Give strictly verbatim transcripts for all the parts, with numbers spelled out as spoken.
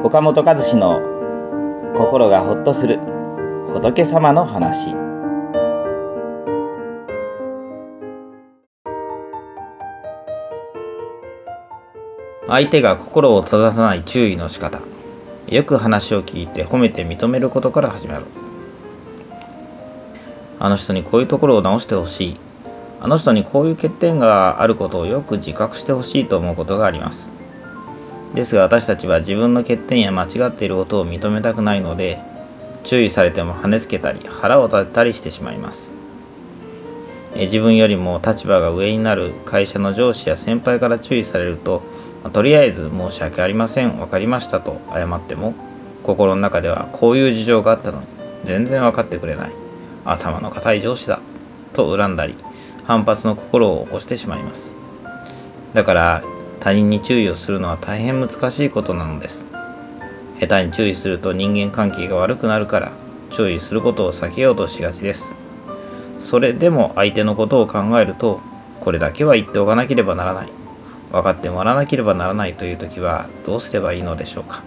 岡本和志の心がほっとする仏様の話。相手が心を閉ざさない注意の仕方。よく話を聞いて褒めて認めることから始まる。あの人にこういうところを直してほしい。あの人にこういう欠点があることをよく自覚してほしいと思うことがあります。ですが私たちは自分の欠点や間違っていることを認めたくないので、注意されても跳ねつけたり腹を立てたりしてしまいます。え自分よりも立場が上になる会社の上司や先輩から注意されると、とりあえず申し訳ありません、わかりましたと謝っても、心の中ではこういう事情があったのに全然わかってくれない、頭の固い上司だと恨んだり反発の心を起こしてしまいます。だから他人に注意をするのは大変難しいことなのです。下手に注意すると人間関係が悪くなるから、注意することを避けようとしがちです。それでも相手のことを考えると、これだけは言っておかなければならない、分かってもらわなければならないという時はどうすればいいのでしょうか。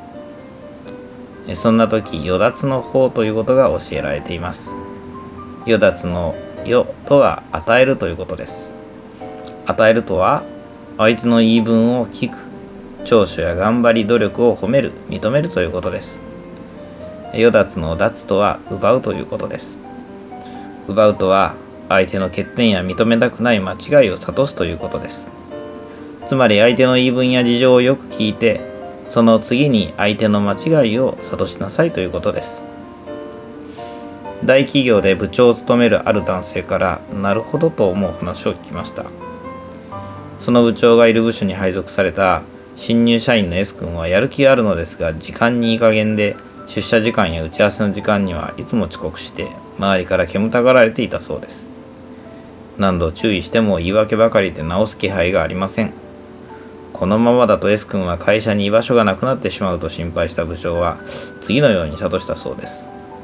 そんな時、よ脱の法ということが教えられています。よ脱のよとは与えるということです。与えるとは相手の言い分を聞く、長所や頑張り努力を褒める、認めるということです。よ脱の脱とは奪うということです。奪うとは相手の欠点や認めたくない間違いを諭すということです。つまり相手の言い分や事情をよく聞いて、その次に相手の間違いを諭しなさいということです。大企業で部長を務めるある男性から、なるほどと思う話を聞きました。その部長がいる部署に配属された新入社員の S 君はやる気があるのですが、時間にいい加減で、出社時間や打ち合わせの時間にはいつも遅刻して、周りから煙たがられていたそうです。何度注意しても言い訳ばかりで直す気配がありません。このままだと S 君は会社に居場所がなくなってしまうと心配した部長は、次のように諭したそうです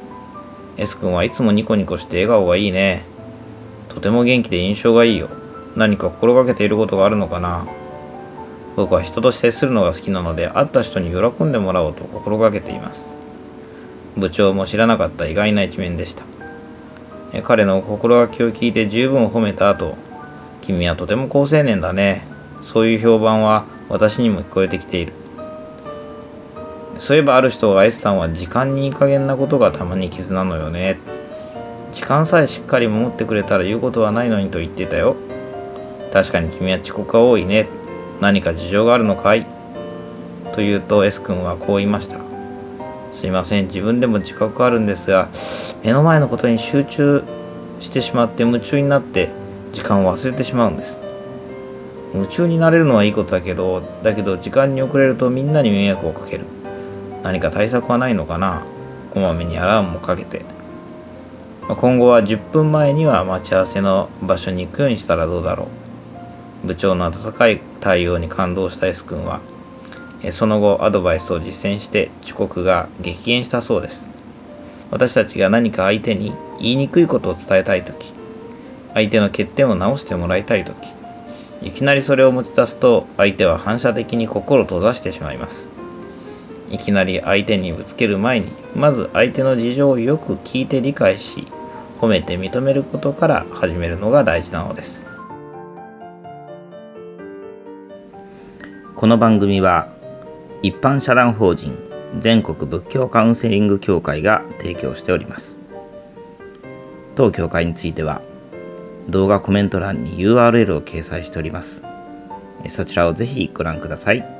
。S 君はいつもニコニコして笑顔がいいね。とても元気で印象がいいよ。何か心がけていることがあるのかな。僕は人と接するのが好きなので、会った人に喜んでもらおうと心がけています。部長も知らなかった意外な一面でした。彼の心がけを聞いて十分褒めた後、君はとても好青年だね。そういう評判は私にも聞こえてきている。そういえばある人が S さんは時間にいい加減なことがたまに傷なのよね。時間さえしっかり守ってくれたら言うことはないのにと言ってたよ。確かに君は遅刻が多いね。何か事情があるのかいと言うと S 君はこう言いました。すいません、自分でも自覚あるんですが、目の前のことに集中してしまって夢中になって時間を忘れてしまうんです。夢中になれるのはいいことだけど、だけど時間に遅れるとみんなに迷惑をかける。何か対策はないのかな。こまめにアラームもかけて。今後はじゅっぷんまえには待ち合わせの場所に行くようにしたらどうだろう。部長の温かい対応に感動した S 君は、その後アドバイスを実践して遅刻が激減したそうです。私たちが何か相手に言いにくいことを伝えたいとき、相手の欠点を直してもらいたいとき、いきなりそれを持ち出すと相手は反射的に心を閉ざしてしまいます。いきなり相手にぶつける前に、まず相手の事情をよく聞いて理解し、褒めて認めることから始めるのが大事なのです。この番組は一般社団法人全国仏教カウンセリング協会が提供しております。当協会については動画コメント欄に ユーアールエル を掲載しております。そちらをぜひご覧ください。